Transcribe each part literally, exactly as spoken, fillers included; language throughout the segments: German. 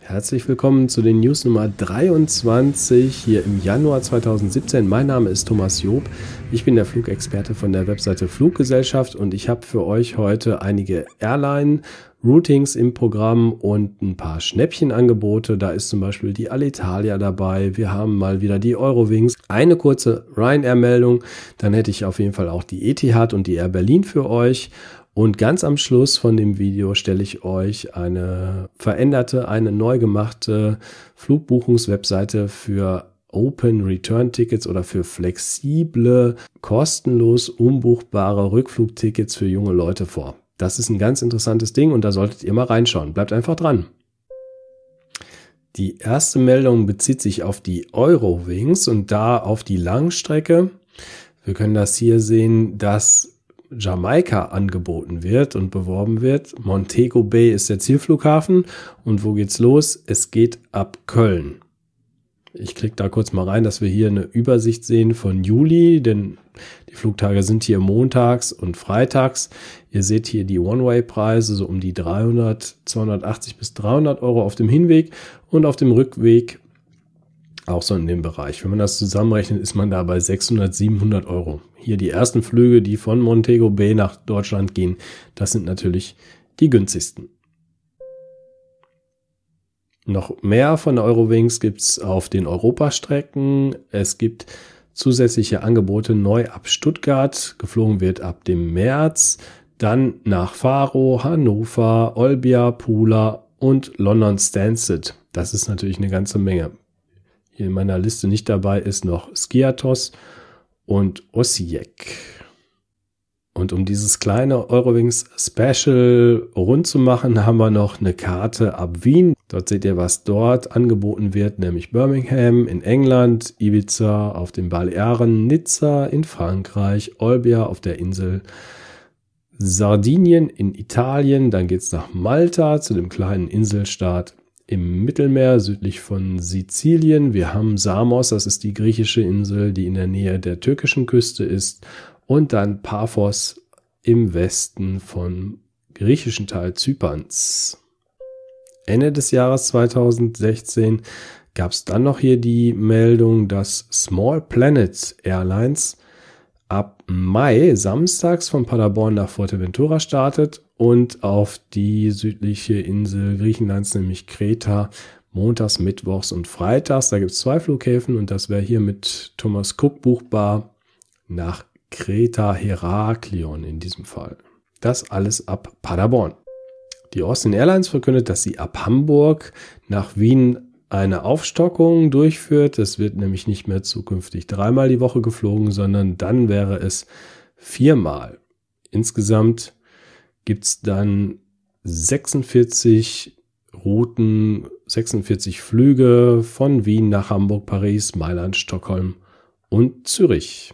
Herzlich willkommen zu den News Nummer dreiundzwanzig hier im Januar zweitausendsiebzehn. Mein Name ist Thomas Job. Ich bin der Flugexperte von der Webseite Fluggesellschaft und ich habe für euch heute einige Airline-Routings im Programm und ein paar Schnäppchenangebote. Da ist zum Beispiel die Alitalia dabei. Wir haben mal wieder die Eurowings. Eine kurze Ryanair-Meldung. Dann hätte ich auf jeden Fall auch die Etihad und die Air Berlin für euch. Und ganz am Schluss von dem Video stelle ich euch eine veränderte, eine neu gemachte Flugbuchungswebseite für Open Return Tickets oder für flexible, kostenlos umbuchbare Rückflugtickets für junge Leute vor. Das ist ein ganz interessantes Ding und da solltet ihr mal reinschauen. Bleibt einfach dran. Die erste Meldung bezieht sich auf die Eurowings und da auf die Langstrecke. Wir können das hier sehen, dass Jamaika angeboten wird und beworben wird. Montego Bay ist der Zielflughafen. Und wo geht's los? Es geht ab Köln. Ich klicke da kurz mal rein, dass wir hier eine Übersicht sehen von Juli, denn die Flugtage sind hier montags und freitags. Ihr seht hier die One-Way-Preise, so um die dreihundert, zweihundertachtzig bis dreihundert Euro auf dem Hinweg und auf dem Rückweg auch so in dem Bereich. Wenn man das zusammenrechnet, ist man da bei sechshundert, siebenhundert Euro. Hier die ersten Flüge, die von Montego Bay nach Deutschland gehen, das sind natürlich die günstigsten. Noch mehr von der Eurowings gibt's auf den Europastrecken. Es gibt zusätzliche Angebote neu ab Stuttgart. Geflogen wird ab dem März. Dann nach Faro, Hannover, Olbia, Pula und London Stansted. Das ist natürlich eine ganze Menge. Hier in meiner Liste nicht dabei ist noch Skiathos und Osijek. Und um dieses kleine Eurowings Special rund zu machen, haben wir noch eine Karte ab Wien. Dort seht ihr, was dort angeboten wird, nämlich Birmingham in England, Ibiza auf den Balearen, Nizza in Frankreich, Olbia auf der Insel Sardinien in Italien. Dann geht's nach Malta zu dem kleinen Inselstaat im Mittelmeer, südlich von Sizilien. Wir haben Samos, das ist die griechische Insel, die in der Nähe der türkischen Küste ist. Und dann Paphos im Westen vom griechischen Teil Zyperns. Ende des Jahres zweitausendsechzehn gab es dann noch hier die Meldung, dass Small Planet Airlines ab Mai samstags von Paderborn nach Fuerteventura startet und auf die südliche Insel Griechenlands, nämlich Kreta, montags, mittwochs und freitags. Da gibt es zwei Flughäfen und das wäre hier mit Thomas Cook buchbar nach Kreta Heraklion in diesem Fall. Das alles ab Paderborn. Die Austrian Airlines verkündet, dass sie ab Hamburg nach Wien eine Aufstockung durchführt. Es wird nämlich nicht mehr zukünftig dreimal die Woche geflogen, sondern dann wäre es viermal. Insgesamt gibt es dann sechsundvierzig Routen, sechsundvierzig Flüge von Wien nach Hamburg, Paris, Mailand, Stockholm und Zürich.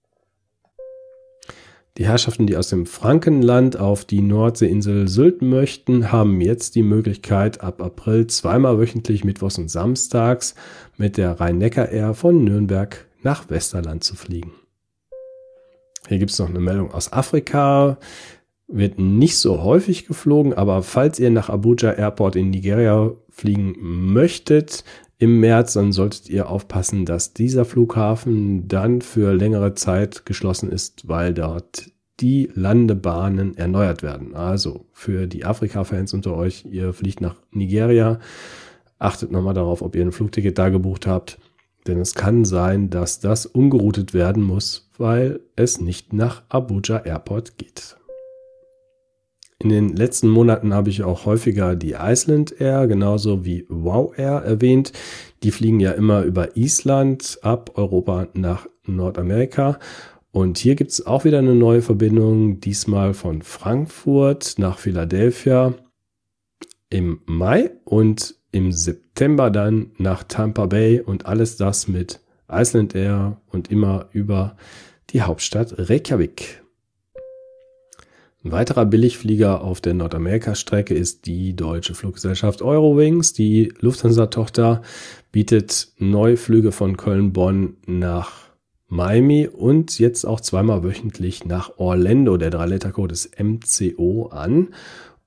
Die Herrschaften, die aus dem Frankenland auf die Nordseeinsel Sylt möchten, haben jetzt die Möglichkeit, ab April zweimal wöchentlich, mittwochs und samstags, mit der Rhein-Neckar-Air von Nürnberg nach Westerland zu fliegen. Hier gibt es noch eine Meldung aus Afrika. Wird nicht so häufig geflogen, aber falls ihr nach Abuja Airport in Nigeria fliegen möchtet im März, dann solltet ihr aufpassen, dass dieser Flughafen dann für längere Zeit geschlossen ist, weil dort die Landebahnen erneuert werden. Also für die Afrika-Fans unter euch, ihr fliegt nach Nigeria, achtet nochmal darauf, ob ihr ein Flugticket da gebucht habt, denn es kann sein, dass das umgeroutet werden muss, weil es nicht nach Abuja Airport geht. In den letzten Monaten habe ich auch häufiger die Iceland Air, genauso wie Wow Air erwähnt. Die fliegen ja immer über Island ab Europa nach Nordamerika. Und hier gibt es auch wieder eine neue Verbindung, diesmal von Frankfurt nach Philadelphia im Mai und im September dann nach Tampa Bay und alles das mit Iceland Air und immer über die Hauptstadt Reykjavik. Ein weiterer Billigflieger auf der Nordamerika-Strecke ist die deutsche Fluggesellschaft Eurowings. Die Lufthansa-Tochter bietet Neuflüge von Köln-Bonn nach Miami und jetzt auch zweimal wöchentlich nach Orlando. Der Drei-Letter-Code ist M C O an.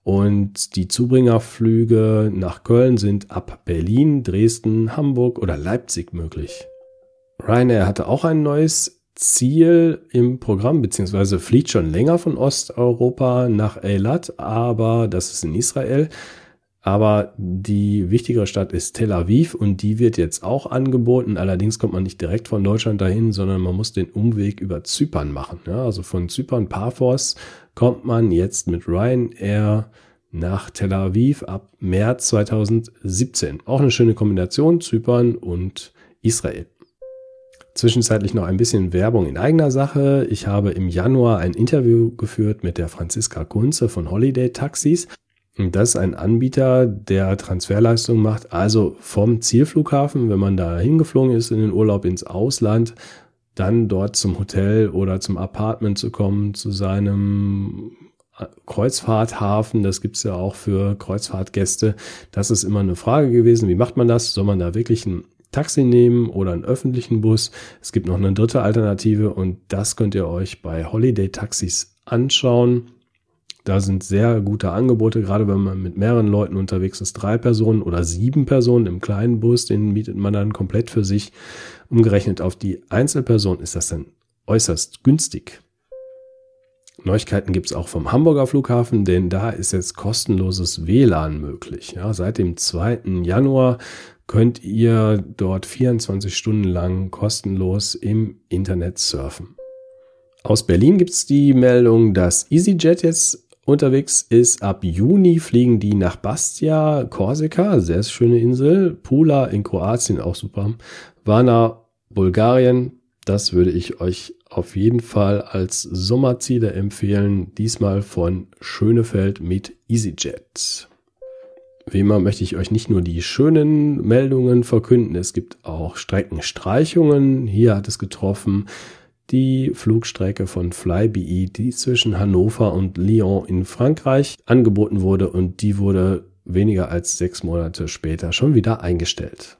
Und die Zubringerflüge nach Köln sind ab Berlin, Dresden, Hamburg oder Leipzig möglich. Ryanair hatte auch ein neues Ziel im Programm, beziehungsweise fliegt schon länger von Osteuropa nach Eilat, aber das ist in Israel. Aber die wichtigere Stadt ist Tel Aviv und die wird jetzt auch angeboten. Allerdings kommt man nicht direkt von Deutschland dahin, sondern man muss den Umweg über Zypern machen. Ja, also von Zypern, Paphos, kommt man jetzt mit Ryanair nach Tel Aviv ab März zweitausendsiebzehn. Auch eine schöne Kombination, Zypern und Israel. Zwischenzeitlich noch ein bisschen Werbung in eigener Sache. Ich habe im Januar ein Interview geführt mit der Franziska Kunze von Holiday Taxis. Das ist ein Anbieter, der Transferleistungen macht, also vom Zielflughafen, wenn man da hingeflogen ist in den Urlaub ins Ausland, dann dort zum Hotel oder zum Apartment zu kommen, zu seinem Kreuzfahrthafen. Das gibt's ja auch für Kreuzfahrtgäste. Das ist immer eine Frage gewesen, wie macht man das? Soll man da wirklich ein Taxi nehmen oder einen öffentlichen Bus? Es gibt noch eine dritte Alternative und das könnt ihr euch bei Holiday Taxis anschauen. Da sind sehr gute Angebote, gerade wenn man mit mehreren Leuten unterwegs ist, drei Personen oder sieben Personen im kleinen Bus, den mietet man dann komplett für sich. Umgerechnet auf die Einzelperson ist das dann äußerst günstig. Neuigkeiten gibt es auch vom Hamburger Flughafen, denn da ist jetzt kostenloses W L A N möglich. Ja, seit dem zweiten Januar könnt ihr dort vierundzwanzig Stunden lang kostenlos im Internet surfen. Aus Berlin gibt es die Meldung, dass EasyJet jetzt unterwegs ist. Ab Juni fliegen die nach Bastia, Korsika, sehr schöne Insel, Pula in Kroatien, auch super, Varna, Bulgarien. Das würde ich euch auf jeden Fall als Sommerziele empfehlen, diesmal von Schönefeld mit EasyJet. Wie immer möchte ich euch nicht nur die schönen Meldungen verkünden, es gibt auch Streckenstreichungen. Hier hat es getroffen die Flugstrecke von Flybe, die zwischen Hannover und Lyon in Frankreich angeboten wurde und die wurde weniger als sechs Monate später schon wieder eingestellt.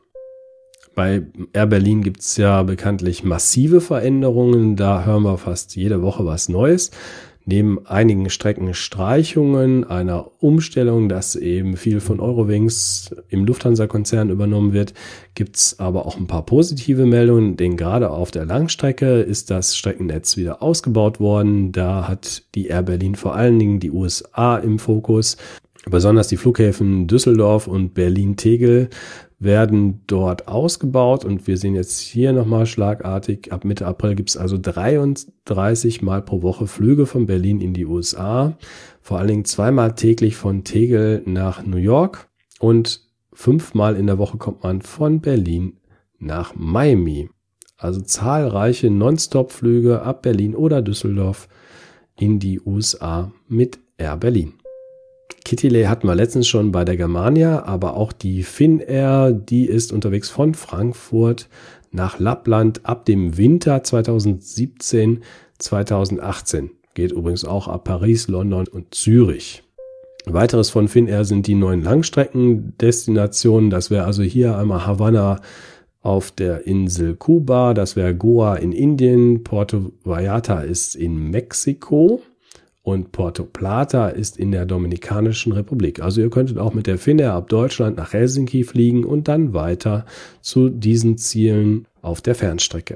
Bei Air Berlin gibt es ja bekanntlich massive Veränderungen, da hören wir fast jede Woche was Neues. Neben einigen Streckenstreichungen, einer Umstellung, dass eben viel von Eurowings im Lufthansa-Konzern übernommen wird, gibt's aber auch ein paar positive Meldungen, denn gerade auf der Langstrecke ist das Streckennetz wieder ausgebaut worden. Da hat die Air Berlin vor allen Dingen die U S A im Fokus. Besonders die Flughäfen Düsseldorf und Berlin-Tegel werden dort ausgebaut und wir sehen jetzt hier nochmal schlagartig, ab Mitte April gibt es also dreiunddreißig Mal pro Woche Flüge von Berlin in die U S A, vor allen Dingen zweimal täglich von Tegel nach New York und fünfmal in der Woche kommt man von Berlin nach Miami. Also zahlreiche Non-Stop-Flüge ab Berlin oder Düsseldorf in die U S A mit Air Berlin. Kittilä hatten wir letztens schon bei der Germania, aber auch die Finnair, die ist unterwegs von Frankfurt nach Lappland ab dem Winter zweitausendsiebzehn zweitausendachtzehn. Geht übrigens auch ab Paris, London und Zürich. Weiteres von Finnair sind die neuen Langstreckendestinationen. Das wäre also hier einmal Havanna auf der Insel Kuba, das wäre Goa in Indien, Puerto Vallarta ist in Mexiko. Und Puerto Plata ist in der Dominikanischen Republik. Also ihr könntet auch mit der Finnair ab Deutschland nach Helsinki fliegen und dann weiter zu diesen Zielen auf der Fernstrecke.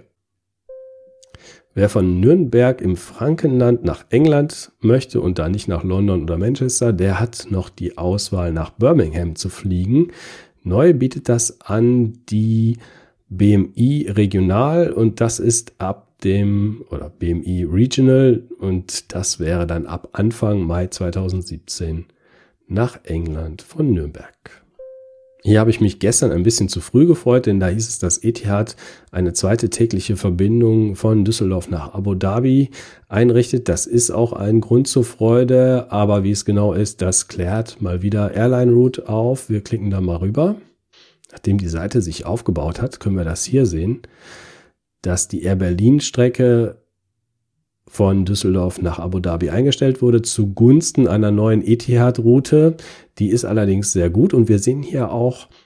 Wer von Nürnberg im Frankenland nach England möchte und da nicht nach London oder Manchester, der hat noch die Auswahl nach Birmingham zu fliegen. Neu bietet das an die B M I Regional und das ist ab dem oder B M I Regional und das wäre dann ab Anfang Mai zweitausendsiebzehn nach England von Nürnberg. Hier habe ich mich gestern ein bisschen zu früh gefreut, denn da hieß es, dass Etihad eine zweite tägliche Verbindung von Düsseldorf nach Abu Dhabi einrichtet. Das ist auch ein Grund zur Freude, aber wie es genau ist, das klärt mal wieder Airline Route auf. Wir klicken da mal rüber. Nachdem die Seite sich aufgebaut hat, können wir das hier sehen, dass die Air Berlin Strecke von Düsseldorf nach Abu Dhabi eingestellt wurde zugunsten einer neuen Etihad-Route. Die ist allerdings sehr gut und wir sehen hier auch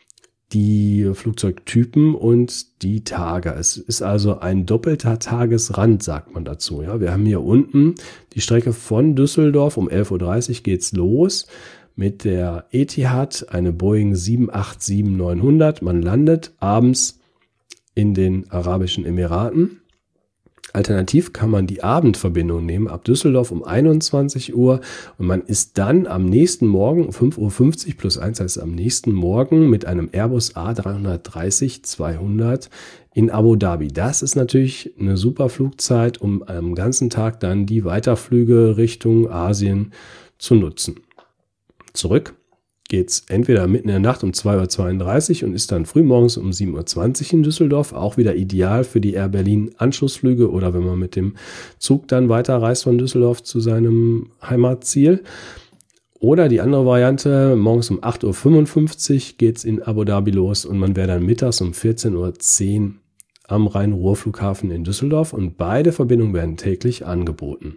die Flugzeugtypen und die Tage. Es ist also ein doppelter Tagesrand, sagt man dazu. Ja, wir haben hier unten die Strecke von Düsseldorf. Um elf Uhr dreißig geht's los mit der Etihad, eine Boeing sieben acht sieben neunhundert. Man landet abends in den Arabischen Emiraten. Alternativ kann man die Abendverbindung nehmen ab Düsseldorf um einundzwanzig Uhr und man ist dann am nächsten Morgen um fünf Uhr fünfzig plus eins heißt am nächsten Morgen mit einem Airbus A drei dreißig zweihundert in Abu Dhabi. Das ist natürlich eine super Flugzeit, um am ganzen Tag dann die Weiterflüge Richtung Asien zu nutzen. Zurück geht's entweder mitten in der Nacht um zwei Uhr zweiunddreißig und ist dann frühmorgens um sieben Uhr zwanzig in Düsseldorf. Auch wieder ideal für die Air Berlin Anschlussflüge oder wenn man mit dem Zug dann weiterreist von Düsseldorf zu seinem Heimatziel. Oder die andere Variante, morgens um acht Uhr fünfundfünfzig geht's in Abu Dhabi los und man wäre dann mittags um vierzehn Uhr zehn am Rhein-Ruhr-Flughafen in Düsseldorf und beide Verbindungen werden täglich angeboten.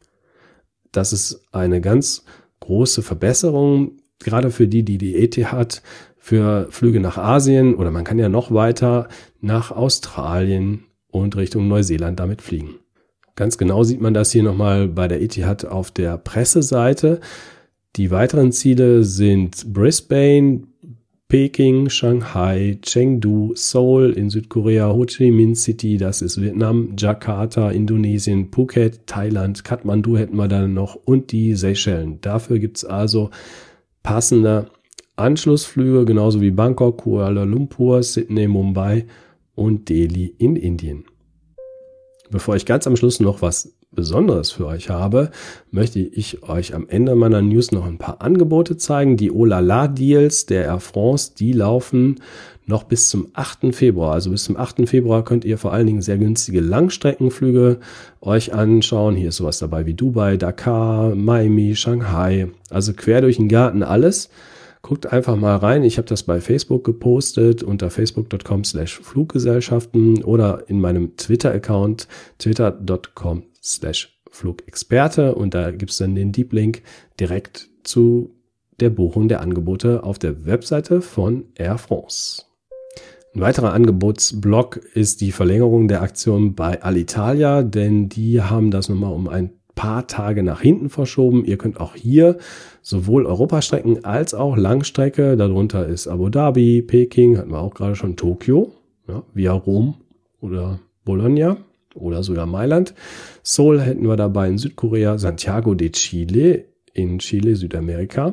Das ist eine ganz große Verbesserung, gerade für die, die die Etihad für Flüge nach Asien oder man kann ja noch weiter nach Australien und Richtung Neuseeland damit fliegen. Ganz genau sieht man das hier nochmal bei der Etihad auf der Presseseite. Die weiteren Ziele sind Brisbane, Peking, Shanghai, Chengdu, Seoul in Südkorea, Ho Chi Minh City, das ist Vietnam, Jakarta, Indonesien, Phuket, Thailand, Kathmandu hätten wir dann noch und die Seychellen. Dafür gibt's also passende Anschlussflüge, genauso wie Bangkok, Kuala Lumpur, Sydney, Mumbai und Delhi in Indien. Bevor ich ganz am Schluss noch was Besonderes für euch habe, möchte ich euch am Ende meiner News noch ein paar Angebote zeigen. Die Oh-La-La-Deals der Air France, die laufen noch bis zum achten Februar. Also bis zum achten Februar könnt ihr vor allen Dingen sehr günstige Langstreckenflüge euch anschauen. Hier ist sowas dabei wie Dubai, Dakar, Miami, Shanghai. Also quer durch den Garten alles. Guckt einfach mal rein. Ich habe das bei Facebook gepostet unter facebook punkt com slash Fluggesellschaften oder in meinem Twitter-Account twitter punkt com slash Flugexperte und da gibt's dann den Deep Link direkt zu der Buchung der Angebote auf der Webseite von Air France. Ein weiterer Angebotsblock ist die Verlängerung der Aktion bei Alitalia, denn die haben das nochmal um ein paar Tage nach hinten verschoben. Ihr könnt auch hier sowohl Europastrecken als auch Langstrecke, darunter ist Abu Dhabi, Peking, hatten wir auch gerade schon Tokio, ja, via Rom oder Bologna oder sogar Mailand. Seoul hätten wir dabei in Südkorea, Santiago de Chile in Chile, Südamerika.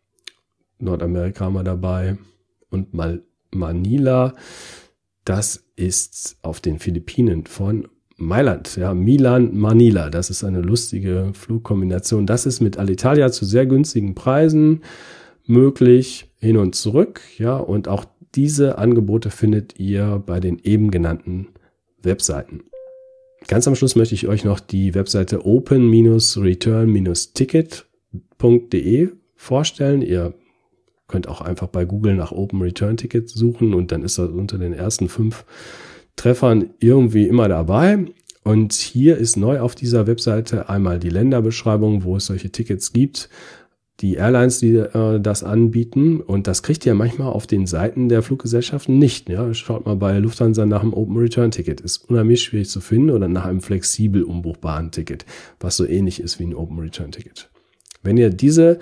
Nordamerika haben wir dabei und Mal Manila, das ist auf den Philippinen von Mailand, ja, Milan, Manila, das ist eine lustige Flugkombination. Das ist mit Alitalia zu sehr günstigen Preisen möglich, hin und zurück, ja, und auch diese Angebote findet ihr bei den eben genannten Webseiten. Ganz am Schluss möchte ich euch noch die Webseite open return ticket punkt de vorstellen. Ihr könnt auch einfach bei Google nach Open Return Ticket suchen und dann ist das unter den ersten fünf Treffern irgendwie immer dabei. Und hier ist neu auf dieser Webseite einmal die Länderbeschreibung, wo es solche Tickets gibt, die Airlines, die äh, das anbieten. Und das kriegt ihr manchmal auf den Seiten der Fluggesellschaften nicht. Ja, schaut mal bei Lufthansa nach einem Open Return Ticket. Ist unheimlich schwierig zu finden oder nach einem flexibel umbuchbaren Ticket, was so ähnlich ist wie ein Open Return Ticket. Wenn ihr diese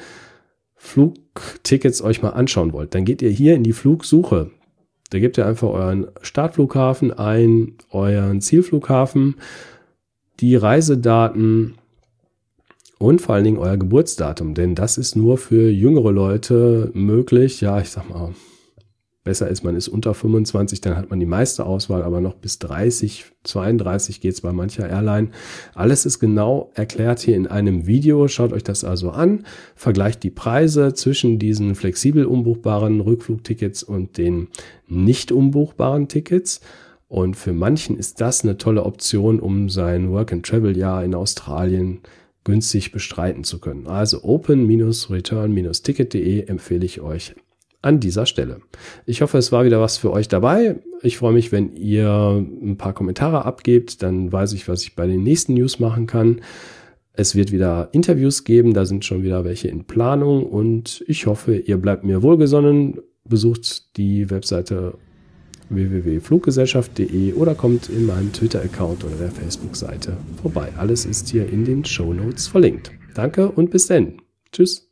Flugtickets euch mal anschauen wollt, dann geht ihr hier in die Flugsuche. Da gebt ihr einfach euren Startflughafen ein, euren Zielflughafen, die Reisedaten und vor allen Dingen euer Geburtsdatum, denn das ist nur für jüngere Leute möglich. Ja, ich sag mal, besser ist, man ist unter fünfundzwanzig, dann hat man die meiste Auswahl, aber noch bis dreißig, zweiunddreißig geht's bei mancher Airline. Alles ist genau erklärt hier in einem Video. Schaut euch das also an, vergleicht die Preise zwischen diesen flexibel umbuchbaren Rückflugtickets und den nicht umbuchbaren Tickets. Und für manchen ist das eine tolle Option, um sein Work-and-Travel-Jahr in Australien günstig bestreiten zu können. Also open return ticket punkt de empfehle ich euch an dieser Stelle. Ich hoffe, es war wieder was für euch dabei. Ich freue mich, wenn ihr ein paar Kommentare abgebt, dann weiß ich, was ich bei den nächsten News machen kann. Es wird wieder Interviews geben, da sind schon wieder welche in Planung und ich hoffe, ihr bleibt mir wohlgesonnen, besucht die Webseite w w w punkt fluggesellschaft punkt de oder kommt in meinem Twitter-Account oder der Facebook-Seite vorbei. Alles ist hier in den Shownotes verlinkt. Danke und bis dann. Tschüss.